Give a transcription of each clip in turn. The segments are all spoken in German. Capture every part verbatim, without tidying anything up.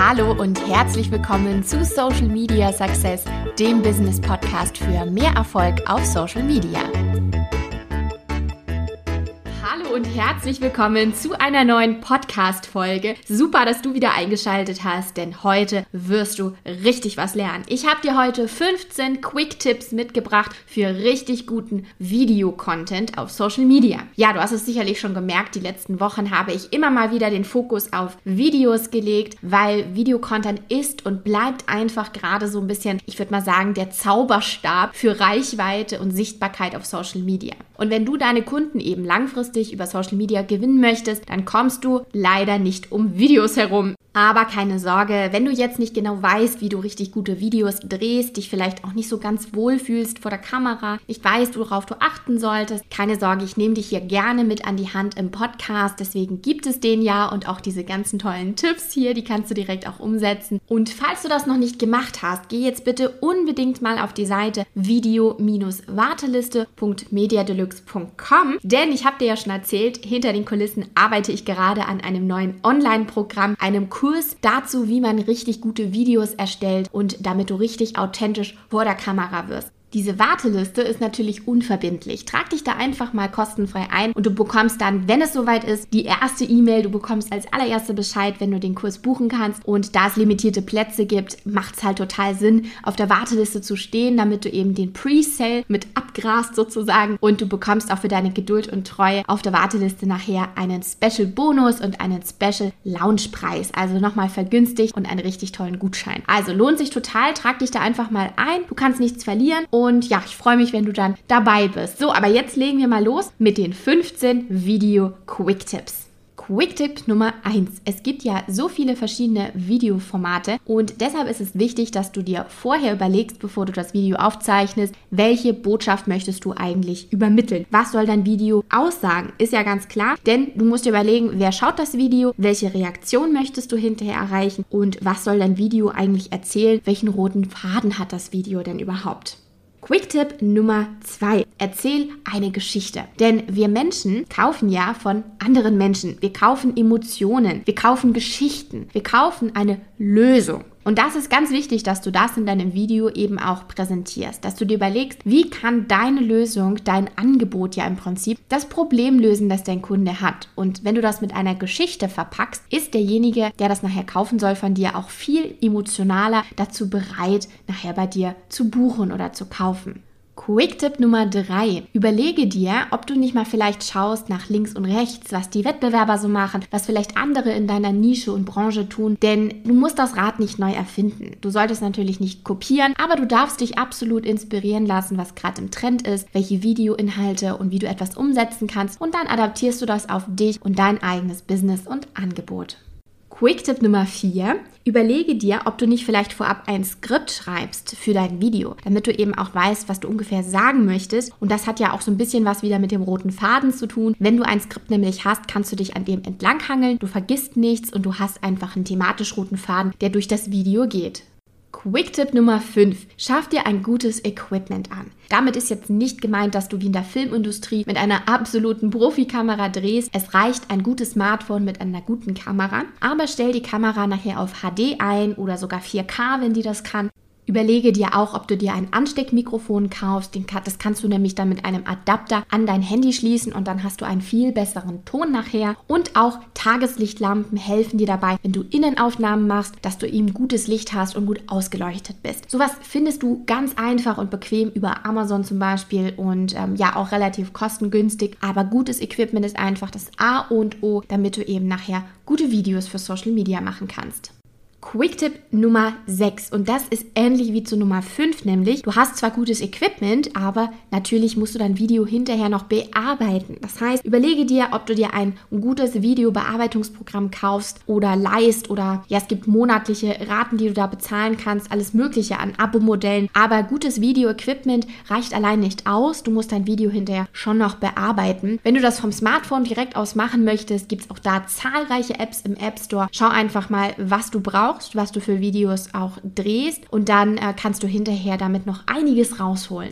Hallo und herzlich willkommen zu Social Media Success, dem Business Podcast für mehr Erfolg auf Social Media. Hallo und herzlich willkommen zu einer neuen Podcast-Folge. Super, dass du wieder eingeschaltet hast, denn heute wirst du richtig was lernen. Ich habe dir heute fünfzehn Quick-Tipps mitgebracht für richtig guten Video-Content auf Social Media. Ja, du hast es sicherlich schon gemerkt, die letzten Wochen habe ich immer mal wieder den Fokus auf Videos gelegt, weil Video-Content ist und bleibt einfach gerade so ein bisschen, ich würde mal sagen, der Zauberstab für Reichweite und Sichtbarkeit auf Social Media. Und wenn du deine Kunden eben langfristig über Social Media gewinnen möchtest, dann kommst du leider nicht um Videos herum. Aber keine Sorge, wenn du jetzt nicht genau weißt, wie du richtig gute Videos drehst, dich vielleicht auch nicht so ganz wohl fühlst vor der Kamera, nicht weißt, worauf du achten solltest, keine Sorge, ich nehme dich hier gerne mit an die Hand im Podcast, deswegen gibt es den ja und auch diese ganzen tollen Tipps hier, die kannst du direkt auch umsetzen. Und falls du das noch nicht gemacht hast, geh jetzt bitte unbedingt mal auf die Seite video Bindestrich warteliste Punkt mediadeluxe Punkt com, denn ich habe dir ja schon erzählt, hinter den Kulissen arbeite ich gerade an einem neuen Online-Programm, einem Kurs dazu, wie man richtig gute Videos erstellt und damit du richtig authentisch vor der Kamera wirst. Diese Warteliste ist natürlich unverbindlich. Trag dich da einfach mal kostenfrei ein und du bekommst dann, wenn es soweit ist, die erste E-Mail. Du bekommst als allererste Bescheid, wenn du den Kurs buchen kannst. Und da es limitierte Plätze gibt, macht es halt total Sinn, auf der Warteliste zu stehen, damit du eben den Pre-Sale mit abgrast sozusagen. Und du bekommst auch für deine Geduld und Treue auf der Warteliste nachher einen Special-Bonus und einen Special-Lounge-Preis. Also nochmal vergünstigt und einen richtig tollen Gutschein. Also lohnt sich total. Trag dich da einfach mal ein. Du kannst nichts verlieren. Und ja, ich freue mich, wenn du dann dabei bist. So, aber jetzt legen wir mal los mit den fünfzehn Video-Quick-Tipps. Quick-Tipp Nummer eins. Es gibt ja so viele verschiedene Videoformate und deshalb ist es wichtig, dass du dir vorher überlegst, bevor du das Video aufzeichnest, welche Botschaft möchtest du eigentlich übermitteln? Was soll dein Video aussagen? Ist ja ganz klar, denn du musst dir überlegen, wer schaut das Video, welche Reaktion möchtest du hinterher erreichen und was soll dein Video eigentlich erzählen? Welchen roten Faden hat das Video denn überhaupt? Quick-Tipp Nummer zwei. Erzähl eine Geschichte. Denn wir Menschen kaufen ja von anderen Menschen. Wir kaufen Emotionen. Wir kaufen Geschichten. Wir kaufen eine Lösung. Und das ist ganz wichtig, dass du das in deinem Video eben auch präsentierst, dass du dir überlegst, wie kann deine Lösung, dein Angebot ja im Prinzip das Problem lösen, das dein Kunde hat. Und wenn du das mit einer Geschichte verpackst, ist derjenige, der das nachher kaufen soll, von dir auch viel emotionaler dazu bereit, nachher bei dir zu buchen oder zu kaufen. Quick-Tipp Nummer drei. Überlege dir, ob du nicht mal vielleicht schaust nach links und rechts, was die Wettbewerber so machen, was vielleicht andere in deiner Nische und Branche tun, denn du musst das Rad nicht neu erfinden. Du solltest natürlich nicht kopieren, aber du darfst dich absolut inspirieren lassen, was gerade im Trend ist, welche Videoinhalte und wie du etwas umsetzen kannst und dann adaptierst du das auf dich und dein eigenes Business und Angebot. Quick-Tipp Nummer vier. Überlege dir, ob du nicht vielleicht vorab ein Skript schreibst für dein Video, damit du eben auch weißt, was du ungefähr sagen möchtest. Und das hat ja auch so ein bisschen was wieder mit dem roten Faden zu tun. Wenn du ein Skript nämlich hast, kannst du dich an dem entlanghangeln, du vergisst nichts und du hast einfach einen thematisch roten Faden, der durch das Video geht. Quick-Tipp Nummer fünf. Schaff dir ein gutes Equipment an. Damit ist jetzt nicht gemeint, dass du wie in der Filmindustrie mit einer absoluten Profikamera drehst. Es reicht ein gutes Smartphone mit einer guten Kamera, aber stell die Kamera nachher auf H D ein oder sogar vier K, wenn die das kann. Überlege dir auch, ob du dir ein Ansteckmikrofon kaufst. Das kannst du nämlich dann mit einem Adapter an dein Handy schließen und dann hast du einen viel besseren Ton nachher. Und auch Tageslichtlampen helfen dir dabei, wenn du Innenaufnahmen machst, dass du eben gutes Licht hast und gut ausgeleuchtet bist. Sowas findest du ganz einfach und bequem über Amazon zum Beispiel und ähm, ja auch relativ kostengünstig. Aber gutes Equipment ist einfach das A und O, damit du eben nachher gute Videos für Social Media machen kannst. Quick-Tipp Nummer sechs und das ist ähnlich wie zu Nummer fünf, nämlich du hast zwar gutes Equipment, aber natürlich musst du dein Video hinterher noch bearbeiten. Das heißt, überlege dir, ob du dir ein gutes Videobearbeitungsprogramm kaufst oder leihst oder ja, es gibt monatliche Raten, die du da bezahlen kannst, alles mögliche an Abo-Modellen, aber gutes Video-Equipment reicht allein nicht aus, du musst dein Video hinterher schon noch bearbeiten. Wenn du das vom Smartphone direkt aus machen möchtest, gibt es auch da zahlreiche Apps im App Store. Schau einfach mal, was du brauchst, was du für Videos auch drehst und dann äh, kannst du hinterher damit noch einiges rausholen.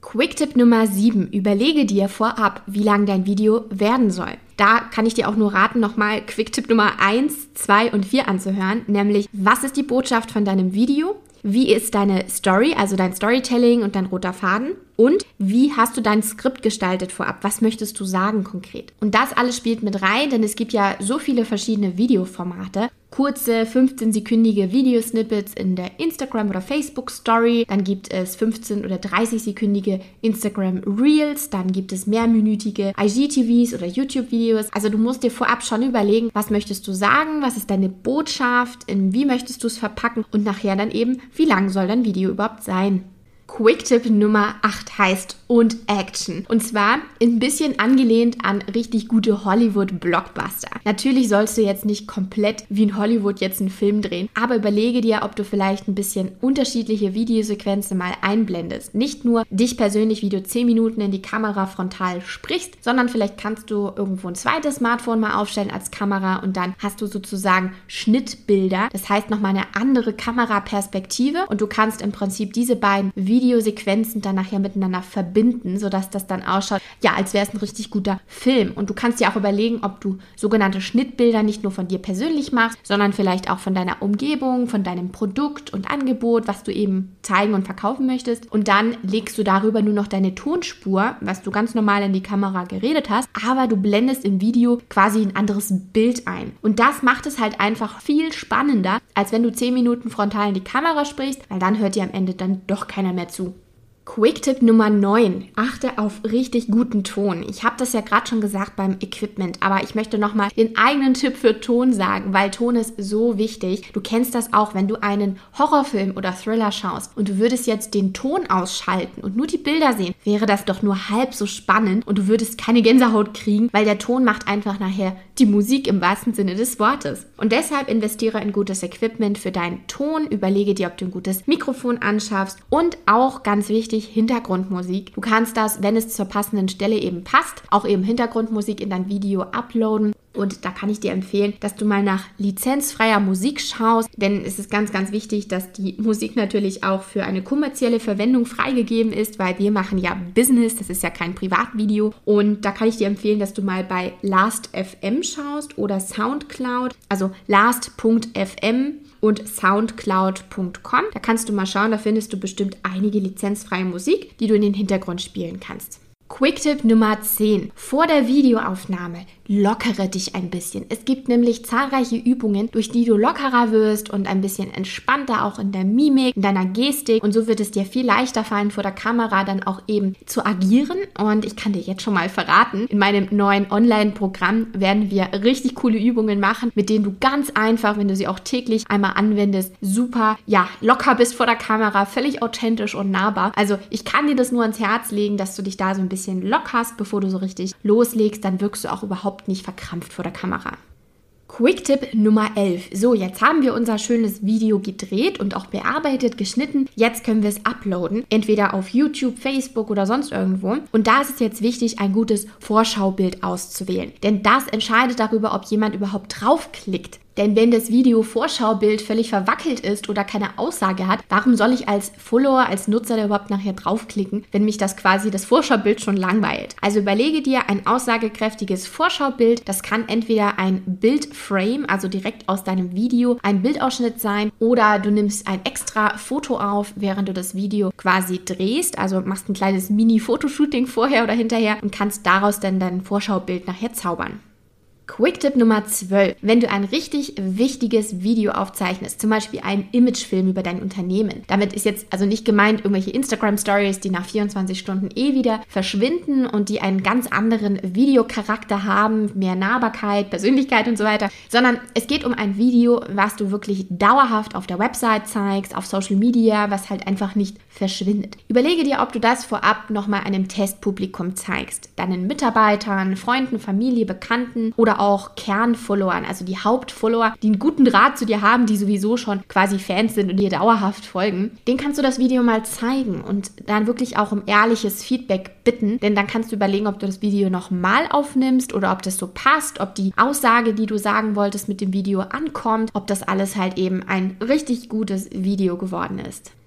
Quick-Tipp Nummer sieben. Überlege dir vorab, wie lang dein Video werden soll. Da kann ich dir auch nur raten, nochmal Quick-Tipp Nummer eins, zwei und vier anzuhören, nämlich was ist die Botschaft von deinem Video? Wie ist deine Story, also dein Storytelling und dein roter Faden? Und wie hast du dein Skript gestaltet vorab? Was möchtest du sagen konkret? Und das alles spielt mit rein, denn es gibt ja so viele verschiedene Videoformate. Kurze fünfzehn-sekündige Videosnippets in der Instagram- oder Facebook-Story. Dann gibt es fünfzehn- oder dreißig-sekündige Instagram-Reels. Dann gibt es mehrminütige I G T Vs oder YouTube-Videos. Also du musst dir vorab schon überlegen, was möchtest du sagen? Was ist deine Botschaft? In wie möchtest du es verpacken? Und nachher dann eben, wie lang soll dein Video überhaupt sein? Quick-Tipp Nummer acht heißt und Action. Und zwar ein bisschen angelehnt an richtig gute Hollywood-Blockbuster. Natürlich sollst du jetzt nicht komplett wie in Hollywood jetzt einen Film drehen, aber überlege dir, ob du vielleicht ein bisschen unterschiedliche Videosequenzen mal einblendest. Nicht nur dich persönlich, wie du zehn Minuten in die Kamera frontal sprichst, sondern vielleicht kannst du irgendwo ein zweites Smartphone mal aufstellen als Kamera und dann hast du sozusagen Schnittbilder. Das heißt nochmal eine andere Kameraperspektive und du kannst im Prinzip diese beiden Videosequenzen dann nachher miteinander verbinden, sodass das dann ausschaut, ja, als wäre es ein richtig guter Film. Und du kannst dir auch überlegen, ob du sogenannte Schnittbilder nicht nur von dir persönlich machst, sondern vielleicht auch von deiner Umgebung, von deinem Produkt und Angebot, was du eben zeigen und verkaufen möchtest. Und dann legst du darüber nur noch deine Tonspur, was du ganz normal in die Kamera geredet hast, aber du blendest im Video quasi ein anderes Bild ein. Und das macht es halt einfach viel spannender, als wenn du zehn Minuten frontal in die Kamera sprichst, weil dann hört dir am Ende dann doch keiner mehr zu. Quick-Tipp Nummer neun. Achte auf richtig guten Ton. Ich habe das ja gerade schon gesagt beim Equipment, aber ich möchte nochmal den eigenen Tipp für Ton sagen, weil Ton ist so wichtig. Du kennst das auch, wenn du einen Horrorfilm oder Thriller schaust und du würdest jetzt den Ton ausschalten und nur die Bilder sehen, wäre das doch nur halb so spannend und du würdest keine Gänsehaut kriegen, weil der Ton macht einfach nachher die Musik im wahrsten Sinne des Wortes. Und deshalb investiere in gutes Equipment für deinen Ton, überlege dir, ob du ein gutes Mikrofon anschaffst und auch ganz wichtig, Hintergrundmusik. Du kannst das, wenn es zur passenden Stelle eben passt, auch eben Hintergrundmusik in dein Video uploaden. Und da kann ich dir empfehlen, dass du mal nach lizenzfreier Musik schaust, denn es ist ganz, ganz wichtig, dass die Musik natürlich auch für eine kommerzielle Verwendung freigegeben ist, weil wir machen ja Business, das ist ja kein Privatvideo. Und da kann ich dir empfehlen, dass du mal bei Last Punkt F M schaust oder Soundcloud, also Last Punkt F M und Soundcloud Punkt com. Da kannst du mal schauen, da findest du bestimmt einige lizenzfreie Musik, die du in den Hintergrund spielen kannst. Quick-Tipp Nummer zehn. Vor der Videoaufnahme lockere dich ein bisschen. Es gibt nämlich zahlreiche Übungen, durch die du lockerer wirst und ein bisschen entspannter auch in der Mimik, in deiner Gestik. Und so wird es dir viel leichter fallen, vor der Kamera dann auch eben zu agieren. Und ich kann dir jetzt schon mal verraten, in meinem neuen Online-Programm werden wir richtig coole Übungen machen, mit denen du ganz einfach, wenn du sie auch täglich einmal anwendest, super, ja, locker bist vor der Kamera, völlig authentisch und nahbar. Also ich kann dir das nur ans Herz legen, dass du dich da so ein bisschen lockerst, bevor du so richtig loslegst, dann wirkst du auch überhaupt nicht verkrampft vor der Kamera. Quick-Tipp Nummer elf. So, jetzt haben wir unser schönes Video gedreht und auch bearbeitet, geschnitten. Jetzt können wir es uploaden, entweder auf YouTube, Facebook oder sonst irgendwo. Und da ist es jetzt wichtig, ein gutes Vorschaubild auszuwählen. Denn das entscheidet darüber, ob jemand überhaupt draufklickt. Denn wenn das Video-Vorschaubild völlig verwackelt ist oder keine Aussage hat, warum soll ich als Follower, als Nutzer da überhaupt nachher draufklicken, wenn mich das quasi das Vorschaubild schon langweilt? Also überlege dir ein aussagekräftiges Vorschaubild. Das kann entweder ein Bildframe, also direkt aus deinem Video, ein Bildausschnitt sein, oder du nimmst ein extra Foto auf, während du das Video quasi drehst. Also machst ein kleines Mini-Fotoshooting vorher oder hinterher und kannst daraus dann dein Vorschaubild nachher zaubern. Quick-Tipp Nummer zwölf. Wenn du ein richtig wichtiges Video aufzeichnest, zum Beispiel einen Imagefilm über dein Unternehmen, damit ist jetzt also nicht gemeint irgendwelche Instagram-Stories, die nach vierundzwanzig Stunden eh wieder verschwinden und die einen ganz anderen Videocharakter haben, mehr Nahbarkeit, Persönlichkeit und so weiter, sondern es geht um ein Video, was du wirklich dauerhaft auf der Website zeigst, auf Social Media, was halt einfach nicht verschwindet. Überlege dir, ob du das vorab nochmal einem Testpublikum zeigst, deinen Mitarbeitern, Freunden, Familie, Bekannten oder auch Kernfollowern, also die Hauptfollower, die einen guten Draht zu dir haben, die sowieso schon quasi Fans sind und dir dauerhaft folgen. Den kannst du das Video mal zeigen und dann wirklich auch um ehrliches Feedback bitten, denn dann kannst du überlegen, ob du das Video nochmal aufnimmst oder ob das so passt, ob die Aussage, die du sagen wolltest, mit dem Video ankommt, ob das alles halt eben ein richtig gutes Video geworden ist.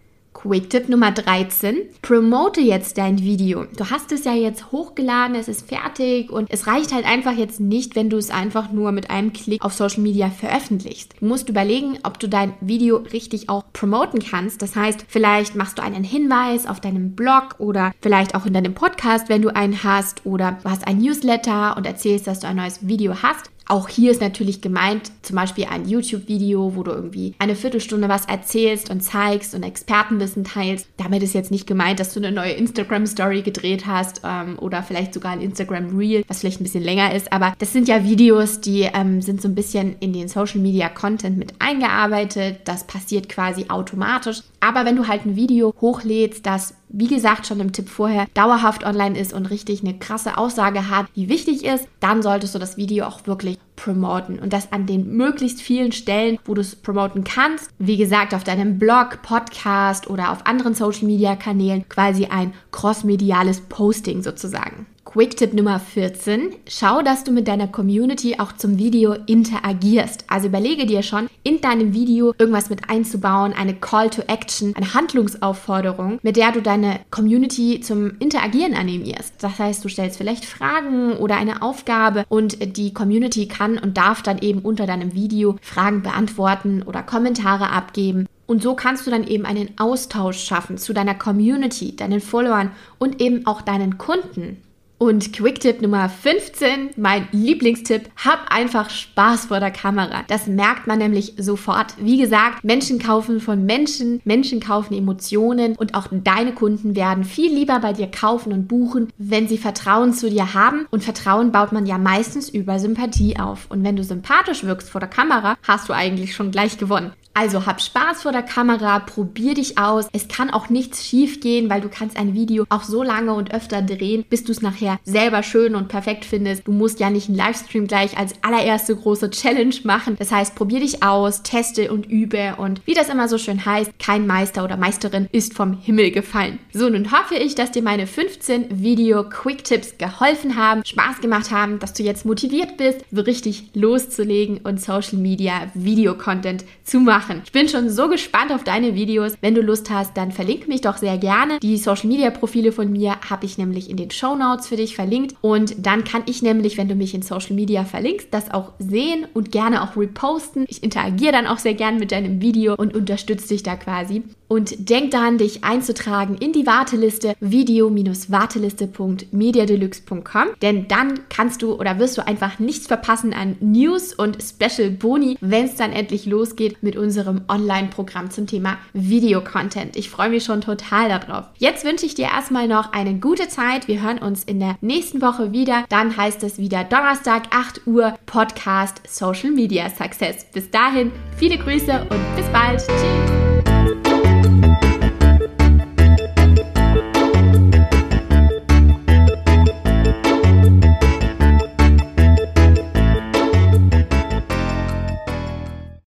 Quick-Tipp Nummer dreizehn. Promote jetzt dein Video. Du hast es ja jetzt hochgeladen, es ist fertig und es reicht halt einfach jetzt nicht, wenn du es einfach nur mit einem Klick auf Social Media veröffentlichst. Du musst überlegen, ob du dein Video richtig auch promoten kannst. Das heißt, vielleicht machst du einen Hinweis auf deinem Blog oder vielleicht auch in deinem Podcast, wenn du einen hast, oder du hast ein Newsletter und erzählst, dass du ein neues Video hast. Auch hier ist natürlich gemeint, zum Beispiel ein YouTube-Video, wo du irgendwie eine Viertelstunde was erzählst und zeigst und Expertenwissen teilst. Damit ist jetzt nicht gemeint, dass du eine neue Instagram-Story gedreht hast ähm, oder vielleicht sogar ein Instagram-Reel, was vielleicht ein bisschen länger ist. Aber das sind ja Videos, die ähm, sind so ein bisschen in den Social-Media-Content mit eingearbeitet. Das passiert quasi automatisch. Aber wenn du halt ein Video hochlädst, das, wie gesagt, schon im Tipp vorher dauerhaft online ist und richtig eine krasse Aussage hat, die wichtig ist, dann solltest du das Video auch wirklich promoten und das an den möglichst vielen Stellen, wo du es promoten kannst. Wie gesagt, auf deinem Blog, Podcast oder auf anderen Social-Media-Kanälen, quasi ein crossmediales Posting sozusagen. Quick-Tipp Nummer vierzehn. Schau, dass du mit deiner Community auch zum Video interagierst. Also überlege dir schon, in deinem Video irgendwas mit einzubauen, eine Call to Action, eine Handlungsaufforderung, mit der du deine Community zum Interagieren animierst. Das heißt, du stellst vielleicht Fragen oder eine Aufgabe und die Community kann und darf dann eben unter deinem Video Fragen beantworten oder Kommentare abgeben. Und so kannst du dann eben einen Austausch schaffen zu deiner Community, deinen Followern und eben auch deinen Kunden. Und Quick-Tipp Nummer fünfzehn, mein Lieblingstipp, hab einfach Spaß vor der Kamera. Das merkt man nämlich sofort. Wie gesagt, Menschen kaufen von Menschen, Menschen kaufen Emotionen und auch deine Kunden werden viel lieber bei dir kaufen und buchen, wenn sie Vertrauen zu dir haben. Und Vertrauen baut man ja meistens über Sympathie auf. Und wenn du sympathisch wirkst vor der Kamera, hast du eigentlich schon gleich gewonnen. Also hab Spaß vor der Kamera, probier dich aus. Es kann auch nichts schief gehen, weil du kannst ein Video auch so lange und öfter drehen, bis du es nachher selber schön und perfekt findest. Du musst ja nicht einen Livestream gleich als allererste große Challenge machen. Das heißt, probier dich aus, teste und übe und wie das immer so schön heißt, kein Meister oder Meisterin ist vom Himmel gefallen. So, nun hoffe ich, dass dir meine fünfzehn Video-Quick-Tipps geholfen haben, Spaß gemacht haben, dass du jetzt motiviert bist, so richtig loszulegen und Social-Media-Video-Content zu machen. Ich bin schon so gespannt auf deine Videos. Wenn du Lust hast, dann verlinke mich doch sehr gerne. Die Social-Media-Profile von mir habe ich nämlich in den Shownotes für dich verlinkt. Und dann kann ich nämlich, wenn du mich in Social Media verlinkst, das auch sehen und gerne auch reposten. Ich interagiere dann auch sehr gerne mit deinem Video und unterstütze dich da quasi. Und denk daran, dich einzutragen in die Warteliste video-warteliste punkt mediadeluxe punkt com, denn dann kannst du oder wirst du einfach nichts verpassen an News und Special Boni, wenn es dann endlich losgeht mit unserem Online-Programm zum Thema Video-Content. Ich freue mich schon total darauf. Jetzt wünsche ich dir erstmal noch eine gute Zeit. Wir hören uns in der nächsten Woche wieder. Dann heißt es wieder Donnerstag, acht Uhr, Podcast Social Media Success. Bis dahin, viele Grüße und bis bald. Tschüss.